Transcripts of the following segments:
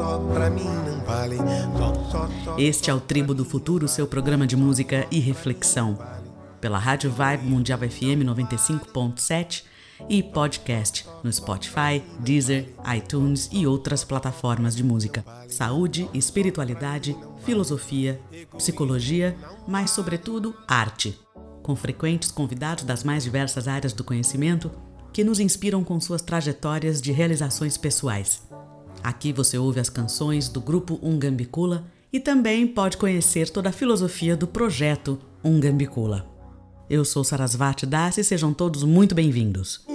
Este é o Tribo do Futuro, seu programa de música e reflexão. Pela Rádio Vibe Mundial FM 95.7 e podcast no Spotify, Deezer, iTunes e outras plataformas de música. Saúde, espiritualidade, filosofia, psicologia, mas sobretudo arte. Com frequentes convidados das mais diversas áreas do conhecimento que nos inspiram com suas trajetórias de realizações pessoais. Aqui você ouve as canções do grupo Ungambicula e também pode conhecer toda a filosofia do projeto Ungambicula. Eu sou Sarasvati Das e sejam todos muito bem-vindos.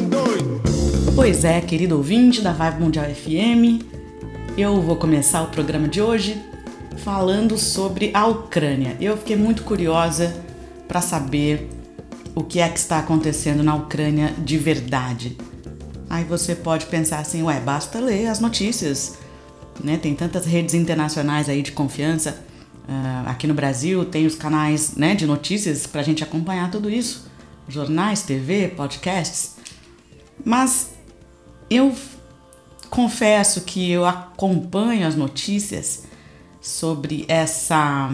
Pois é, querido ouvinte da Vibe Mundial FM, eu vou começar o programa de hoje falando sobre a Ucrânia. Eu fiquei muito curiosa para saber o que é que está acontecendo na Ucrânia de verdade. Aí você pode pensar assim, basta ler as notícias, né? Tem tantas redes internacionais aí de confiança. Aqui no Brasil tem os canais, né, de notícias para a gente acompanhar tudo isso. Jornais, TV, podcasts. Mas eu confesso que eu acompanho as notícias sobre essa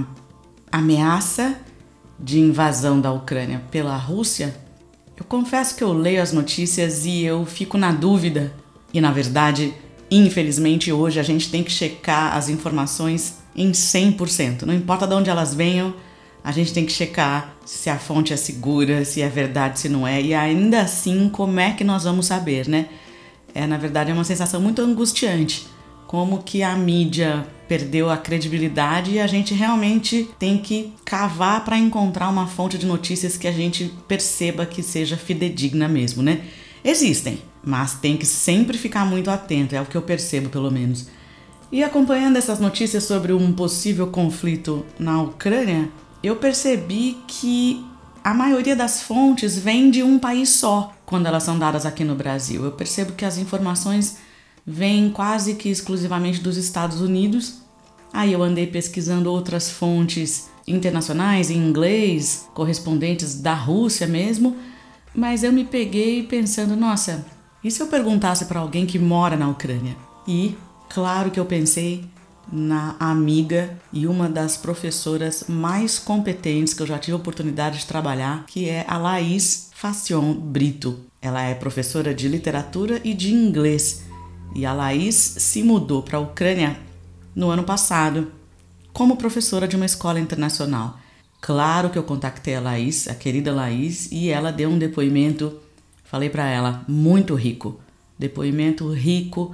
ameaça de invasão da Ucrânia pela Rússia. Eu confesso que eu leio as notícias e eu fico na dúvida. E na verdade, infelizmente hoje a gente tem que checar as informações em 100%. Não importa de onde elas venham, a gente tem que checar se a fonte é segura, se é verdade, se não é. E ainda assim, como é que nós vamos saber, né? Na verdade, é uma sensação muito angustiante. Como que a mídia perdeu a credibilidade e a gente realmente tem que cavar para encontrar uma fonte de notícias que a gente perceba que seja fidedigna mesmo, né? Existem, mas tem que sempre ficar muito atento, é o que eu percebo pelo menos. E acompanhando essas notícias sobre um possível conflito na Ucrânia, eu percebi que a maioria das fontes vem de um país só, quando elas são dadas aqui no Brasil. Eu percebo que as informações vêm quase que exclusivamente dos Estados Unidos. Aí eu andei pesquisando outras fontes internacionais em inglês, correspondentes da Rússia mesmo, mas eu me peguei pensando, nossa, e se eu perguntasse para alguém que mora na Ucrânia? E claro que eu pensei na amiga e uma das professoras mais competentes que eu já tive a oportunidade de trabalhar, que é a Laís Fassion Brito. Ela é professora de literatura e de inglês. E a Laís se mudou para a Ucrânia no ano passado, como professora de uma escola internacional. Claro que eu contactei a Laís, a querida Laís, e ela deu um depoimento, falei para ela, muito rico. Depoimento rico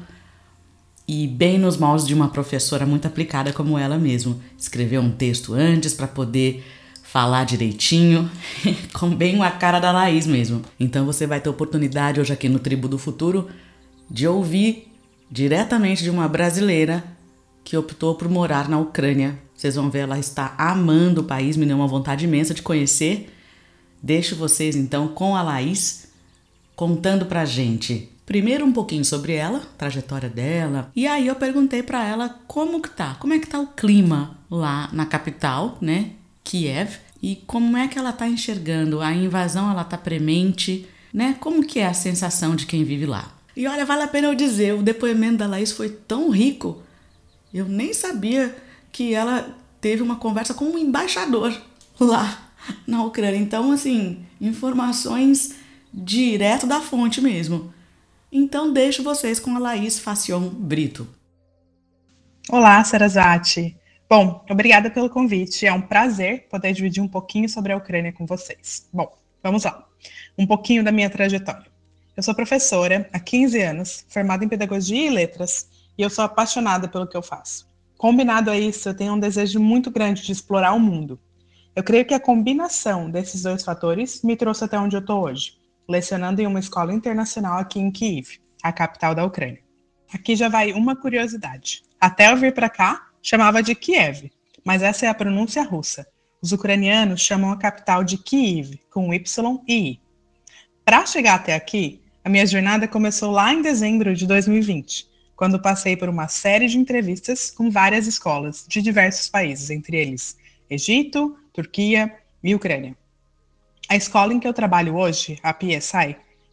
e bem nos moldes de uma professora muito aplicada como ela mesmo. Escreveu um texto antes para poder falar direitinho, com bem a cara da Laís mesmo. Então você vai ter oportunidade hoje aqui no Tribo do Futuro de ouvir diretamente de uma brasileira que optou por morar na Ucrânia. Vocês vão ver, ela está amando o país, me deu uma vontade imensa de conhecer. Deixo vocês então com a Laís contando pra gente primeiro um pouquinho sobre ela, trajetória dela, e aí eu perguntei pra ela como é que tá o clima lá na capital, né, Kiev, e como é que ela tá enxergando a invasão, ela tá premente, né, como que é a sensação de quem vive lá. E olha, vale a pena eu dizer, o depoimento da Laís foi tão rico, eu nem sabia que ela teve uma conversa com um embaixador lá na Ucrânia. Então, assim, informações direto da fonte mesmo. Então, deixo vocês com a Laís Fassion Brito. Olá, Sarasvati. Bom, obrigada pelo convite. É um prazer poder dividir um pouquinho sobre a Ucrânia com vocês. Bom, vamos lá. Um pouquinho da minha trajetória. Eu sou professora há 15 anos, formada em Pedagogia e Letras, e eu sou apaixonada pelo que eu faço. Combinado a isso, eu tenho um desejo muito grande de explorar o mundo. Eu creio que a combinação desses dois fatores me trouxe até onde eu estou hoje, lecionando em uma escola internacional aqui em Kiev, a capital da Ucrânia. Aqui já vai uma curiosidade. Até eu vir para cá, chamava de Kiev, mas essa é a pronúncia russa. Os ucranianos chamam a capital de Kyiv, com Y e I. Para chegar até aqui, a minha jornada começou lá em dezembro de 2020, quando passei por uma série de entrevistas com várias escolas de diversos países, entre eles Egito, Turquia e Ucrânia. A escola em que eu trabalho hoje, a PSI,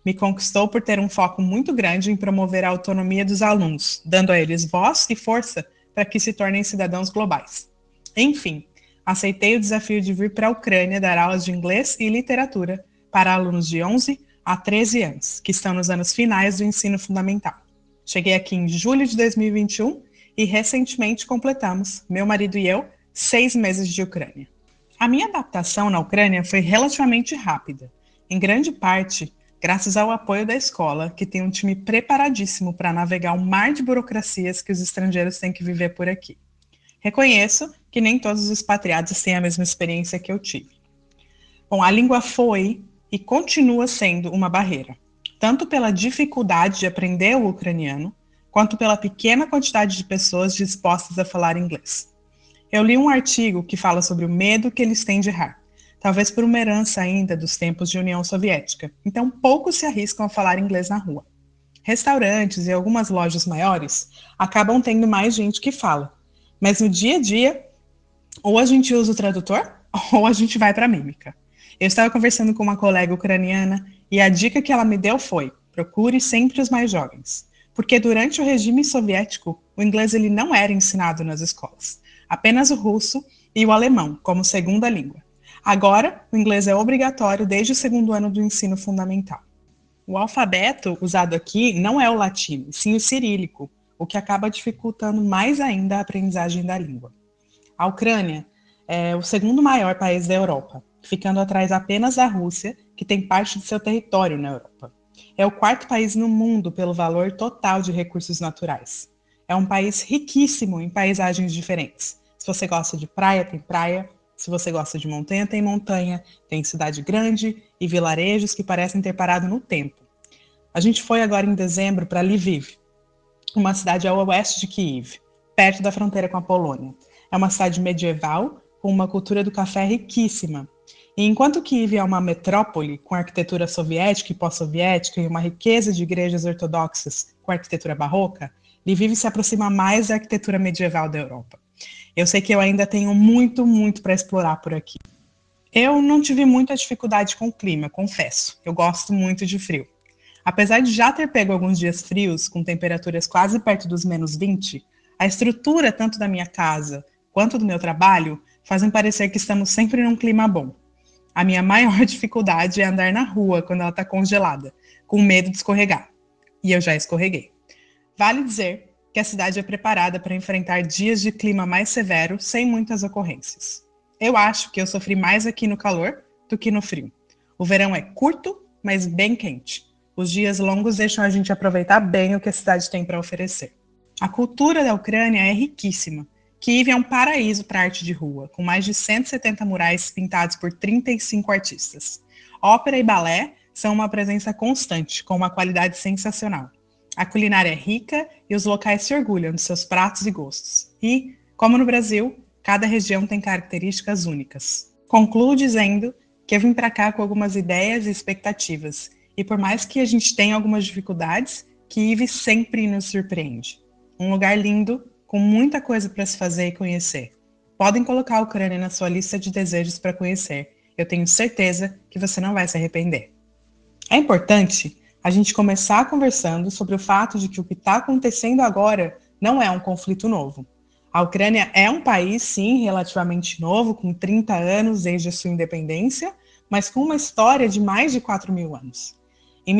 me conquistou por ter um foco muito grande em promover a autonomia dos alunos, dando a eles voz e força para que se tornem cidadãos globais. Enfim, aceitei o desafio de vir para a Ucrânia dar aulas de inglês e literatura para alunos de 11 a 13 anos, que estão nos anos finais do ensino fundamental. Cheguei aqui em julho de 2021 e recentemente completamos, meu marido e eu, 6 meses de Ucrânia. A minha adaptação na Ucrânia foi relativamente rápida, em grande parte graças ao apoio da escola, que tem um time preparadíssimo para navegar o mar de burocracias que os estrangeiros têm que viver por aqui. Reconheço que nem todos os expatriados têm a mesma experiência que eu tive. Bom, a língua foi e continua sendo uma barreira, tanto pela dificuldade de aprender o ucraniano, quanto pela pequena quantidade de pessoas dispostas a falar inglês. Eu li um artigo que fala sobre o medo que eles têm de errar, talvez por uma herança ainda dos tempos de União Soviética, então poucos se arriscam a falar inglês na rua. Restaurantes e algumas lojas maiores acabam tendo mais gente que fala, mas no dia a dia, ou a gente usa o tradutor, ou a gente vai para a mímica. Eu estava conversando com uma colega ucraniana e a dica que ela me deu foi: procure sempre os mais jovens, porque durante o regime soviético, o inglês ele não era ensinado nas escolas, apenas o russo e o alemão como segunda língua. Agora, o inglês é obrigatório desde o segundo ano do ensino fundamental. O alfabeto usado aqui não é o latino, sim o cirílico, o que acaba dificultando mais ainda a aprendizagem da língua. A Ucrânia é o segundo maior país da Europa, ficando atrás apenas da Rússia, que tem parte de seu território na Europa. É o quarto país no mundo pelo valor total de recursos naturais. É um país riquíssimo em paisagens diferentes. Se você gosta de praia, tem praia. Se você gosta de montanha, tem montanha. Tem cidade grande e vilarejos que parecem ter parado no tempo. A gente foi agora em dezembro para Lviv, uma cidade ao oeste de Kiev, perto da fronteira com a Polônia. É uma cidade medieval, com uma cultura do café riquíssima. E enquanto Kiev é uma metrópole com arquitetura soviética e pós-soviética e uma riqueza de igrejas ortodoxas com arquitetura barroca, Lviv se aproxima mais da arquitetura medieval da Europa. Eu sei que eu ainda tenho muito para explorar por aqui. Eu não tive muita dificuldade com o clima, confesso. Eu gosto muito de frio. Apesar de já ter pego alguns dias frios, com temperaturas quase perto dos menos 20, a estrutura tanto da minha casa quanto do meu trabalho fazem parecer que estamos sempre num clima bom. A minha maior dificuldade é andar na rua quando ela está congelada, com medo de escorregar. E eu já escorreguei. Vale dizer que a cidade é preparada para enfrentar dias de clima mais severo sem muitas ocorrências. Eu acho que eu sofri mais aqui no calor do que no frio. O verão é curto, mas bem quente. Os dias longos deixam a gente aproveitar bem o que a cidade tem para oferecer. A cultura da Ucrânia é riquíssima. Kiev é um paraíso para arte de rua, com mais de 170 murais pintados por 35 artistas. Ópera e balé são uma presença constante, com uma qualidade sensacional. A culinária é rica e os locais se orgulham de seus pratos e gostos. E, como no Brasil, cada região tem características únicas. Concluo dizendo que eu vim para cá com algumas ideias e expectativas. E por mais que a gente tenha algumas dificuldades, Kiev sempre nos surpreende. Um lugar lindo, com muita coisa para se fazer e conhecer. Podem colocar a Ucrânia na sua lista de desejos para conhecer. Eu tenho certeza que você não vai se arrepender. É importante a gente começar conversando sobre o fato de que o que está acontecendo agora não é um conflito novo. A Ucrânia é um país, sim, relativamente novo, com 30 anos desde a sua independência, mas com uma história de mais de 4.000 anos. Em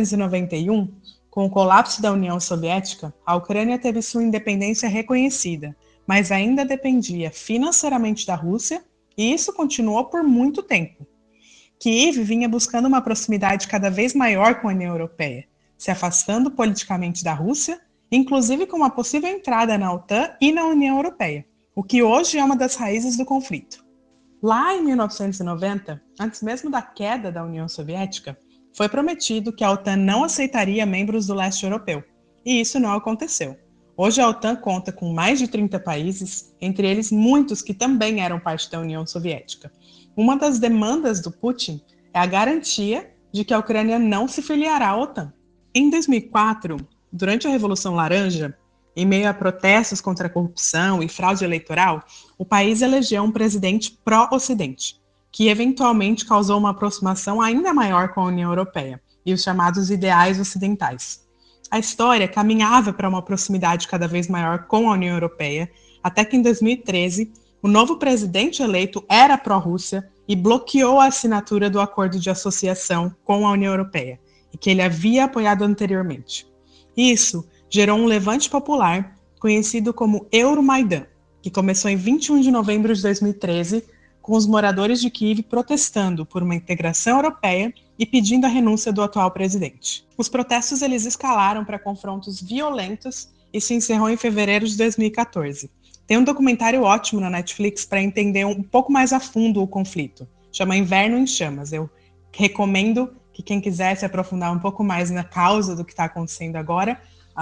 1991, com o colapso da União Soviética, a Ucrânia teve sua independência reconhecida, mas ainda dependia financeiramente da Rússia, e isso continuou por muito tempo. Kiev vinha buscando uma proximidade cada vez maior com a União Europeia, se afastando politicamente da Rússia, inclusive com uma possível entrada na OTAN e na União Europeia, o que hoje é uma das raízes do conflito. Lá em 1990, antes mesmo da queda da União Soviética, foi prometido que a OTAN não aceitaria membros do leste europeu, e isso não aconteceu. Hoje a OTAN conta com mais de 30 países, entre eles muitos que também eram parte da União Soviética. Uma das demandas do Putin é a garantia de que a Ucrânia não se filiará à OTAN. Em 2004, durante a Revolução Laranja, em meio a protestos contra a corrupção e fraude eleitoral, o país elegeu um presidente pró-Ocidente, que eventualmente causou uma aproximação ainda maior com a União Europeia, e os chamados ideais ocidentais. A história caminhava para uma proximidade cada vez maior com a União Europeia, até que em 2013, o novo presidente eleito era pró-Rússia e bloqueou a assinatura do acordo de associação com a União Europeia, e que ele havia apoiado anteriormente. Isso gerou um levante popular conhecido como Euromaidan, que começou em 21 de novembro de 2013, com os moradores de Kiev protestando por uma integração europeia e pedindo a renúncia do atual presidente. Os protestos eles escalaram para confrontos violentos e se encerrou em fevereiro de 2014. Tem um documentário ótimo na Netflix para entender um pouco mais a fundo o conflito. Chama Inverno em Chamas. Eu recomendo que quem quiser se aprofundar um pouco mais na causa do que está acontecendo agora,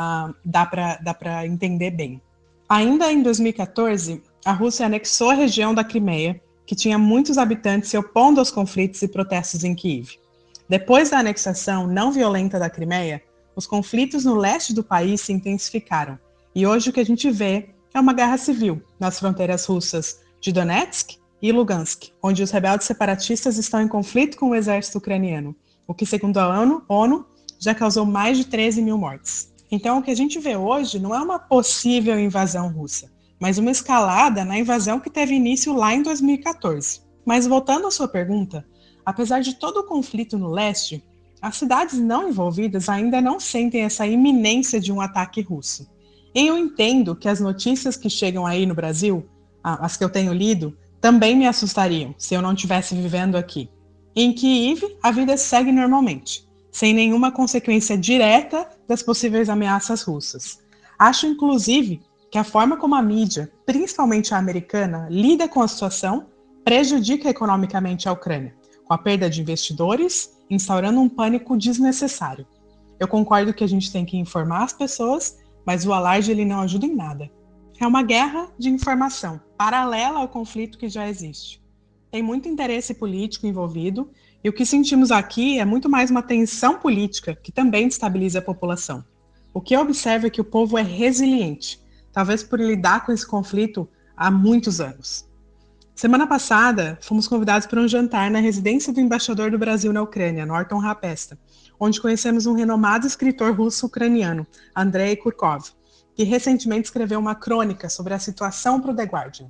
dá para entender bem. Ainda em 2014, a Rússia anexou a região da Crimeia, que tinha muitos habitantes se opondo aos conflitos e protestos em Kiev. Depois da anexação não violenta da Crimeia, os conflitos no leste do país se intensificaram. E hoje o que a gente vê é uma guerra civil nas fronteiras russas de Donetsk e Lugansk, onde os rebeldes separatistas estão em conflito com o exército ucraniano, o que, segundo a ONU, já causou mais de 13 mil mortes. Então, o que a gente vê hoje não é uma possível invasão russa, mas uma escalada na invasão que teve início lá em 2014. Mas voltando à sua pergunta, apesar de todo o conflito no leste, as cidades não envolvidas ainda não sentem essa iminência de um ataque russo. E eu entendo que as notícias que chegam aí no Brasil, as que eu tenho lido, também me assustariam se eu não estivesse vivendo aqui. Em Kiev, a vida segue normalmente, sem nenhuma consequência direta das possíveis ameaças russas. Acho, inclusive, que a forma como a mídia, principalmente a americana, lida com a situação prejudica economicamente a Ucrânia, com a perda de investidores, instaurando um pânico desnecessário. Eu concordo que a gente tem que informar as pessoas, mas o alarde ele não ajuda em nada. É uma guerra de informação, paralela ao conflito que já existe. Tem muito interesse político envolvido, e o que sentimos aqui é muito mais uma tensão política que também destabiliza a população. O que eu observo é que o povo é resiliente, talvez por lidar com esse conflito há muitos anos. Semana passada, fomos convidados para um jantar na residência do embaixador do Brasil na Ucrânia, Norton Rapesta, onde conhecemos um renomado escritor russo-ucraniano, Andrei Kurkov, que recentemente escreveu uma crônica sobre a situação para o The Guardian.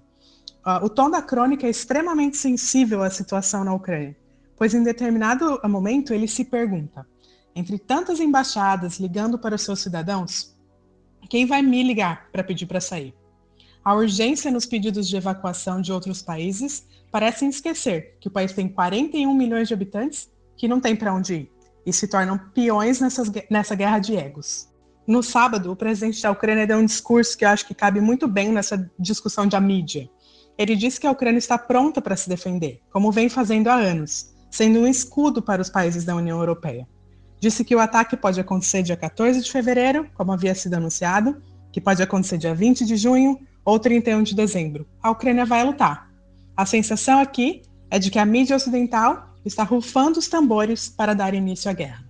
O tom da crônica é extremamente sensível à situação na Ucrânia, pois em determinado momento ele se pergunta, entre tantas embaixadas ligando para os seus cidadãos, quem vai me ligar para pedir para sair? A urgência nos pedidos de evacuação de outros países parecem esquecer que o país tem 41 milhões de habitantes que não tem para onde ir e se tornam peões nessa guerra de egos. No sábado, o presidente da Ucrânia deu um discurso que eu acho que cabe muito bem nessa discussão da mídia. Ele disse que a Ucrânia está pronta para se defender, como vem fazendo há anos, sendo um escudo para os países da União Europeia. Disse que o ataque pode acontecer dia 14 de fevereiro, como havia sido anunciado, que pode acontecer dia 20 de junho ou 31 de dezembro. A Ucrânia vai lutar. A sensação aqui é de que a mídia ocidental está rufando os tambores para dar início à guerra.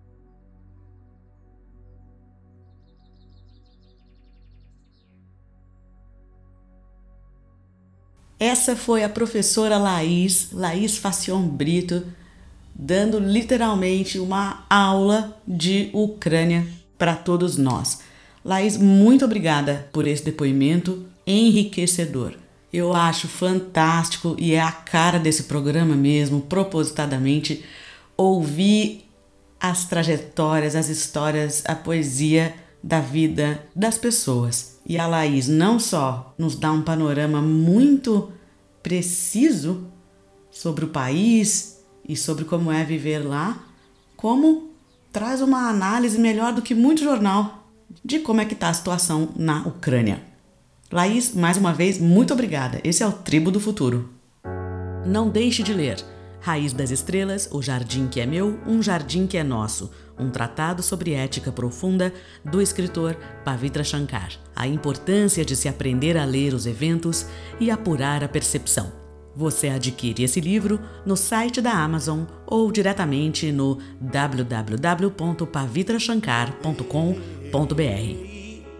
Essa foi a professora Laís Fassion Brito, dando literalmente uma aula de Ucrânia para todos nós. Laís, muito obrigada por esse depoimento enriquecedor. Eu acho fantástico e é a cara desse programa mesmo, propositadamente, ouvir as trajetórias, as histórias, a poesia da vida das pessoas. E a Laís não só nos dá um panorama muito preciso sobre o país e sobre como é viver lá, como traz uma análise melhor do que muito jornal de como é que está a situação na Ucrânia. Laís, mais uma vez, muito obrigada. Esse é o Tribo do Futuro. Não deixe de ler Raiz das Estrelas, O Jardim que é Meu, Um Jardim que é Nosso, um tratado sobre ética profunda do escritor Pavitra Shankar, a importância de se aprender a ler os eventos e apurar a percepção. Você adquire esse livro no site da Amazon ou diretamente no www.pavitrashankar.com.br.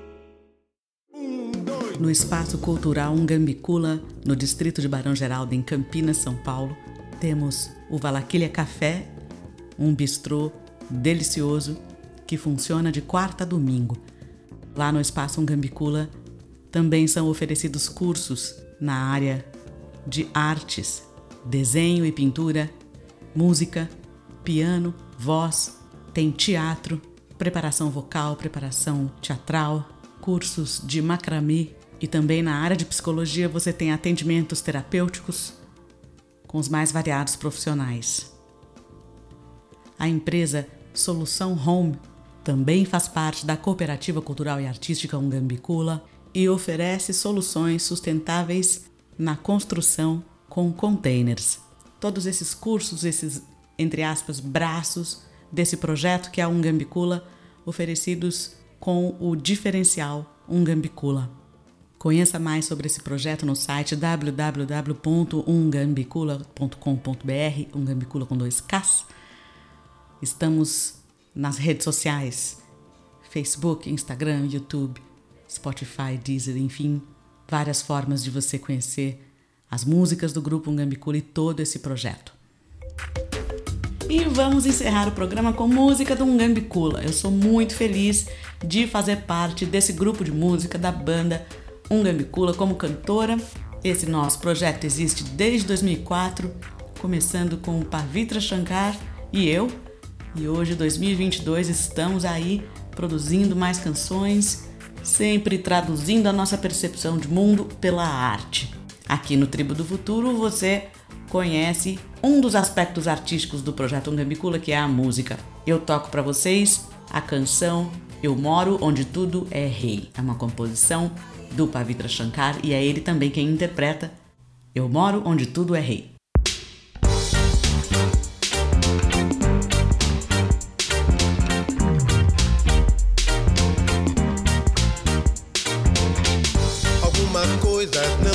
No Espaço Cultural Ungambicula, no distrito de Barão Geraldo, em Campinas, São Paulo, temos o Valaquilha Café, um bistrô delicioso que funciona de quarta a domingo. Lá no Espaço Ungambicula também são oferecidos cursos na área de artes, desenho e pintura, música, piano, voz, tem teatro, preparação vocal, preparação teatral, cursos de macramê e também na área de psicologia você tem atendimentos terapêuticos com os mais variados profissionais. A empresa Solução Home também faz parte da Cooperativa Cultural e Artística Ungambicula e oferece soluções sustentáveis na construção com containers. Todos esses cursos, esses, entre aspas, braços desse projeto que é a Ungambicula, oferecidos com o diferencial Ungambicula. Conheça mais sobre esse projeto no site www.ungambicula.com.br, Ungambicula com 2 Ks. Estamos nas redes sociais, Facebook, Instagram, YouTube, Spotify, Deezer, enfim, várias formas de você conhecer as músicas do grupo Ungambicula e todo esse projeto. E vamos encerrar o programa com música do Ungambicula. Eu sou muito feliz de fazer parte desse grupo de música da banda Ungambicula como cantora. Esse nosso projeto existe desde 2004, começando com o Pavitra Shankar e eu. E hoje, 2022, estamos aí produzindo mais canções, sempre traduzindo a nossa percepção de mundo pela arte. Aqui no Tribo do Futuro você conhece um dos aspectos artísticos do projeto Ungambicula, que é a música. Eu toco para vocês a canção Eu Moro Onde Tudo é Rei. É uma composição do Pavitra Shankar e é ele também quem interpreta Eu Moro Onde Tudo é Rei. Algumas coisas